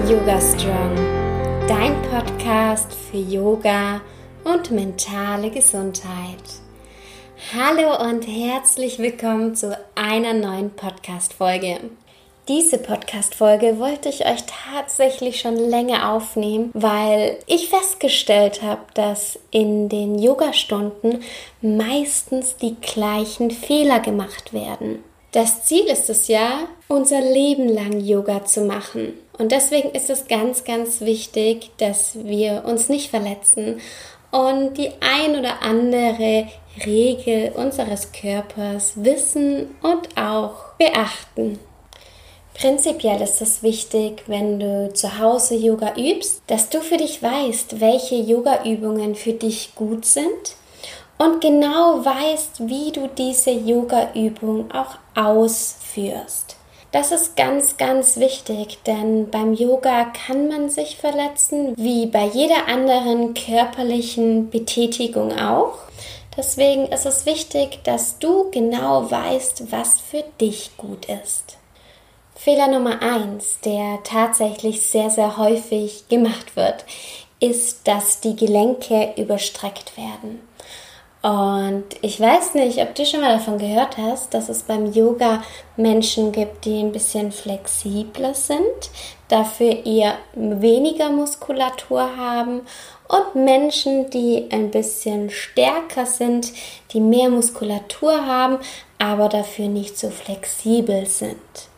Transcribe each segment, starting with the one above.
Yoga Strong, dein Podcast für Yoga und mentale Gesundheit. Hallo und herzlich willkommen zu einer neuen Podcast-Folge. Diese Podcast-Folge wollte ich euch tatsächlich schon länger aufnehmen, weil ich festgestellt habe, dass in den Yogastunden meistens die gleichen Fehler gemacht werden. Das Ziel ist es ja, unser Leben lang Yoga zu machen. Und deswegen ist es ganz, ganz wichtig, dass wir uns nicht verletzen und die ein oder andere Regel unseres Körpers wissen und auch beachten. Prinzipiell ist es wichtig, wenn du zu Hause Yoga übst, dass du für dich weißt, welche Yoga-Übungen für dich gut sind und genau weißt, wie du diese Yoga-Übung auch ausführst. Das ist ganz, ganz wichtig, denn beim Yoga kann man sich verletzen, wie bei jeder anderen körperlichen Betätigung auch. Deswegen ist es wichtig, dass du genau weißt, was für dich gut ist. Fehler Nummer 1, der tatsächlich sehr, sehr häufig gemacht wird, ist, dass die Gelenke überstreckt werden. Und ich weiß nicht, ob du schon mal davon gehört hast, dass es beim Yoga Menschen gibt, die ein bisschen flexibler sind, dafür eher weniger Muskulatur haben und Menschen, die ein bisschen stärker sind, die mehr Muskulatur haben, aber dafür nicht so flexibel sind.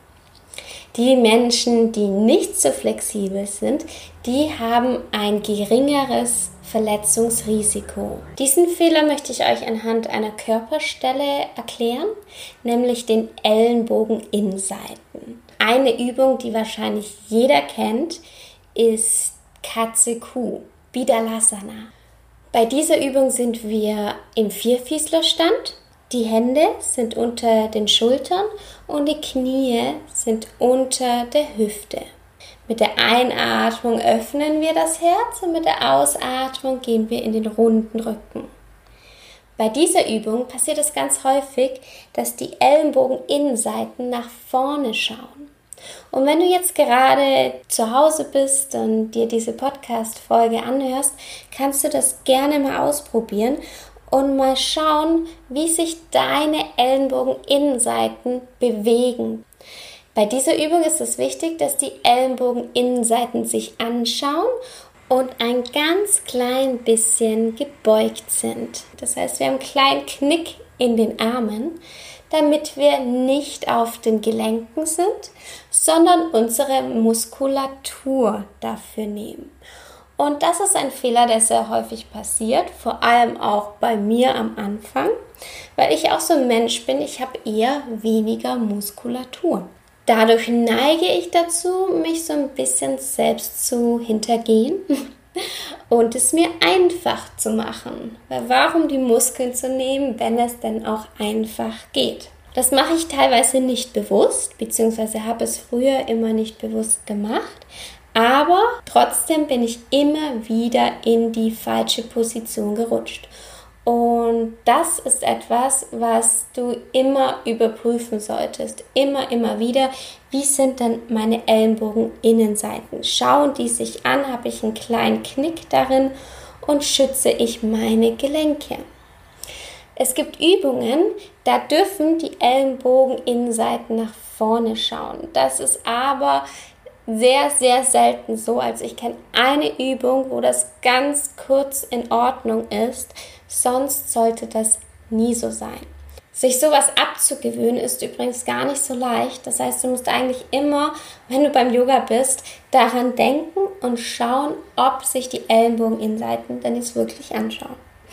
Die Menschen, die nicht so flexibel sind, die haben ein geringeres Verletzungsrisiko. Diesen Fehler möchte ich euch anhand einer Körperstelle erklären, nämlich den Ellenbogeninnenseiten. Eine Übung, die wahrscheinlich jeder kennt, ist Katze-Kuh, Bidhalasana. Bei dieser Übung sind wir im Vierfüßlerstand. Die Hände sind unter den Schultern und die Knie sind unter der Hüfte. Mit der Einatmung öffnen wir das Herz und mit der Ausatmung gehen wir in den runden Rücken. Bei dieser Übung passiert es ganz häufig, dass die Ellenbogeninnenseiten nach vorne schauen. Und wenn du jetzt gerade zu Hause bist und dir diese Podcast-Folge anhörst, kannst du das gerne mal ausprobieren und mal schauen, wie sich deine Ellenbogeninnenseiten bewegen. Bei dieser Übung ist es wichtig, dass die Ellenbogeninnenseiten sich anschauen und ein ganz klein bisschen gebeugt sind. Das heißt, wir haben einen kleinen Knick in den Armen, damit wir nicht auf den Gelenken sind, sondern unsere Muskulatur dafür nehmen. Und das ist ein Fehler, der sehr häufig passiert, vor allem auch bei mir am Anfang, weil ich auch so ein Mensch bin, ich habe eher weniger Muskulatur. Dadurch neige ich dazu, mich so ein bisschen selbst zu hintergehen und es mir einfach zu machen. Weil warum die Muskeln zu nehmen, wenn es denn auch einfach geht? Das mache ich teilweise nicht bewusst, beziehungsweise habe es früher immer nicht bewusst gemacht. Aber trotzdem bin ich immer wieder in die falsche Position gerutscht. Und das ist etwas, was du immer überprüfen solltest. Immer wieder. Wie sind denn meine Ellenbogeninnenseiten? Schauen die sich an? Habe ich einen kleinen Knick darin? Und schütze ich meine Gelenke? Es gibt Übungen, da dürfen die Ellenbogeninnenseiten nach vorne schauen. Das ist aber sehr, sehr selten so. Also ich kenne eine Übung, wo das ganz kurz in Ordnung ist. Sonst sollte das nie so sein. Sich sowas abzugewöhnen ist übrigens gar nicht so leicht. Das heißt, du musst eigentlich immer, wenn du beim Yoga bist, daran denken und schauen, ob sich die Ellenbogeninnenseiten denn jetzt wirklich anschauen.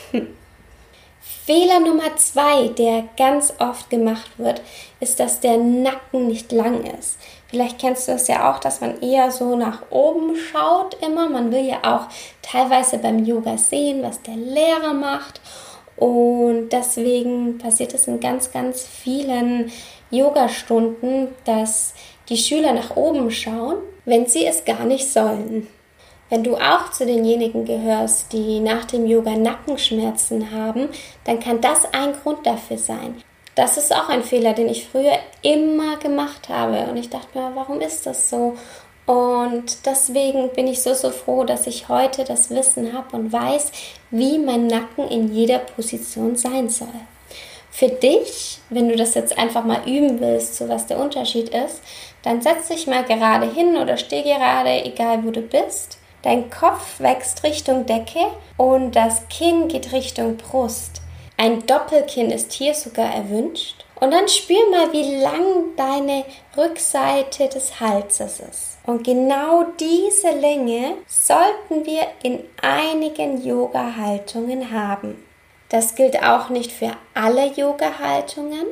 Fehler Nummer 2, der ganz oft gemacht wird, ist, dass der Nacken nicht lang ist. Vielleicht kennst du es ja auch, dass man eher so nach oben schaut immer. Man will ja auch teilweise beim Yoga sehen, was der Lehrer macht. Und deswegen passiert es in ganz, ganz vielen Yogastunden, dass die Schüler nach oben schauen, wenn sie es gar nicht sollen. Wenn du auch zu denjenigen gehörst, die nach dem Yoga Nackenschmerzen haben, dann kann das ein Grund dafür sein. Das ist auch ein Fehler, den ich früher immer gemacht habe. Und ich dachte mir, warum ist das so? Und deswegen bin ich so froh, dass ich heute das Wissen habe und weiß, wie mein Nacken in jeder Position sein soll. Für dich, wenn du das jetzt einfach mal üben willst, so was der Unterschied ist, dann setz dich mal gerade hin oder steh gerade, egal wo du bist. Dein Kopf wächst Richtung Decke und das Kinn geht Richtung Brust. Ein Doppelkinn ist hier sogar erwünscht. Und dann spür mal, wie lang deine Rückseite des Halses ist. Und genau diese Länge sollten wir in einigen Yoga-Haltungen haben. Das gilt auch nicht für alle Yoga-Haltungen,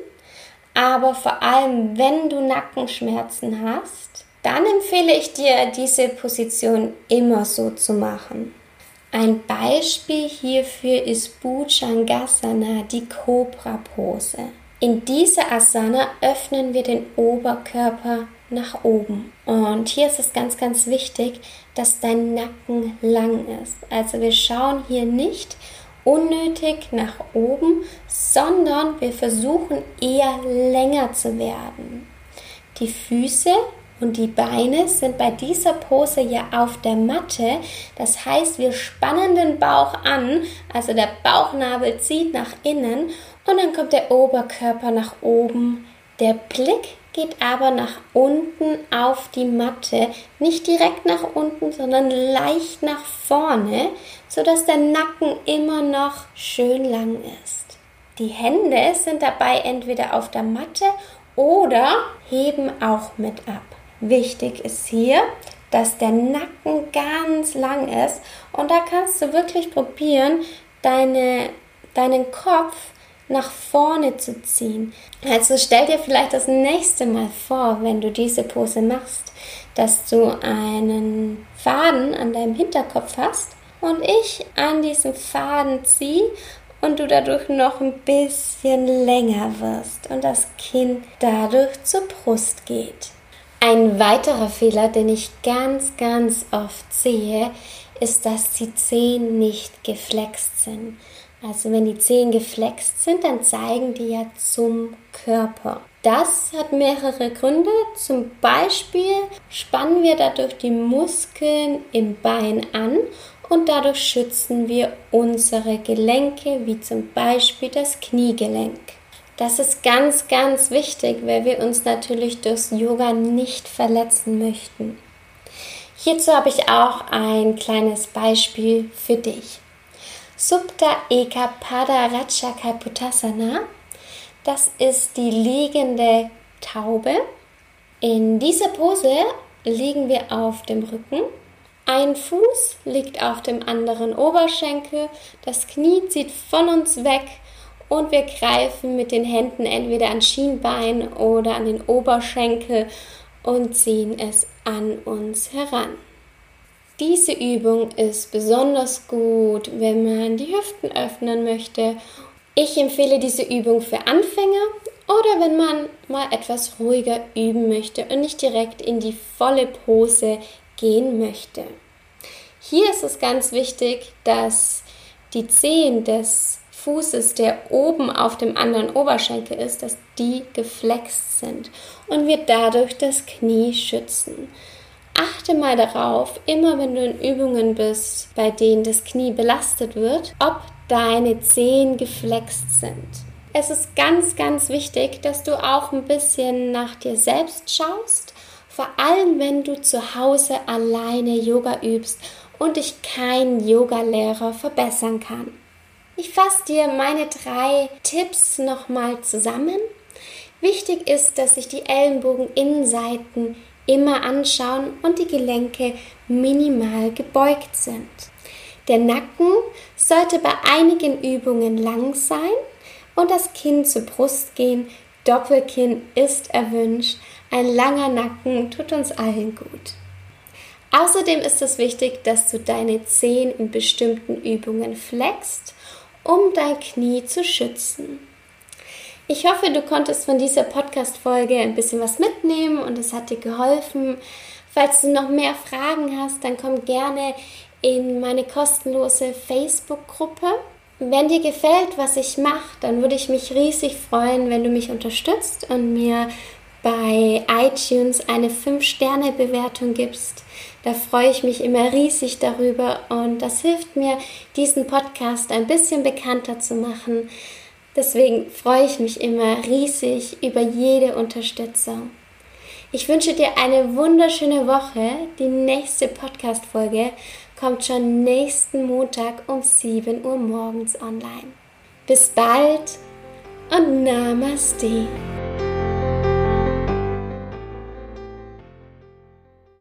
aber vor allem, wenn du Nackenschmerzen hast, dann empfehle ich dir, diese Position immer so zu machen. Ein Beispiel hierfür ist Bhujangasana, die Cobra-Pose. In dieser Asana öffnen wir den Oberkörper nach oben. Und hier ist es ganz, ganz wichtig, dass dein Nacken lang ist. Also wir schauen hier nicht unnötig nach oben, sondern wir versuchen eher länger zu werden. Die Füße und die Beine sind bei dieser Pose ja auf der Matte. Das heißt, wir spannen den Bauch an, also der Bauchnabel zieht nach innen und dann kommt der Oberkörper nach oben. Der Blick geht aber nach unten auf die Matte, nicht direkt nach unten, sondern leicht nach vorne, sodass der Nacken immer noch schön lang ist. Die Hände sind dabei entweder auf der Matte oder heben auch mit ab. Wichtig ist hier, dass der Nacken ganz lang ist und da kannst du wirklich probieren, deinen Kopf nach vorne zu ziehen. Also stell dir vielleicht das nächste Mal vor, wenn du diese Pose machst, dass du einen Faden an deinem Hinterkopf hast und ich an diesem Faden ziehe und du dadurch noch ein bisschen länger wirst und das Kinn dadurch zur Brust geht. Ein weiterer Fehler, den ich ganz, ganz oft sehe, ist, dass die Zehen nicht geflext sind. Also wenn die Zehen geflext sind, dann zeigen die ja zum Körper. Das hat mehrere Gründe. Zum Beispiel spannen wir dadurch die Muskeln im Bein an und dadurch schützen wir unsere Gelenke, wie zum Beispiel das Kniegelenk. Das ist ganz, ganz wichtig, weil wir uns natürlich durchs Yoga nicht verletzen möchten. Hierzu habe ich auch ein kleines Beispiel für dich. Supta Eka Pada Ratchakaputtasana, das ist die liegende Taube. In dieser Pose liegen wir auf dem Rücken. Ein Fuß liegt auf dem anderen Oberschenkel, das Knie zieht von uns weg und wir greifen mit den Händen entweder an Schienbein oder an den Oberschenkel und ziehen es an uns heran. Diese Übung ist besonders gut, wenn man die Hüften öffnen möchte. Ich empfehle diese Übung für Anfänger oder wenn man mal etwas ruhiger üben möchte und nicht direkt in die volle Pose gehen möchte. Hier ist es ganz wichtig, dass die Zehen des Fußes, der oben auf dem anderen Oberschenkel ist, dass die geflext sind und wir dadurch das Knie schützen. Achte mal darauf, immer wenn du in Übungen bist, bei denen das Knie belastet wird, ob deine Zehen geflext sind. Es ist ganz, ganz wichtig, dass du auch ein bisschen nach dir selbst schaust, vor allem wenn du zu Hause alleine Yoga übst und dich kein Yogalehrer verbessern kann. Ich fasse dir meine 3 Tipps nochmal zusammen. Wichtig ist, dass sich die Ellenbogeninnenseiten immer anschauen und die Gelenke minimal gebeugt sind. Der Nacken sollte bei einigen Übungen lang sein und das Kinn zur Brust gehen. Doppelkinn ist erwünscht. Ein langer Nacken tut uns allen gut. Außerdem ist es wichtig, dass du deine Zehen in bestimmten Übungen flexst, um dein Knie zu schützen. Ich hoffe, du konntest von dieser Podcast-Folge ein bisschen was mitnehmen und es hat dir geholfen. Falls du noch mehr Fragen hast, dann komm gerne in meine kostenlose Facebook-Gruppe. Wenn dir gefällt, was ich mache, dann würde ich mich riesig freuen, wenn du mich unterstützt und mir bei iTunes eine 5-Sterne-Bewertung gibst. Da freue ich mich immer riesig darüber und das hilft mir, diesen Podcast ein bisschen bekannter zu machen. Deswegen freue ich mich immer riesig über jede Unterstützung. Ich wünsche dir eine wunderschöne Woche. Die nächste Podcast-Folge kommt schon nächsten Montag um 7 Uhr morgens online. Bis bald und Namaste.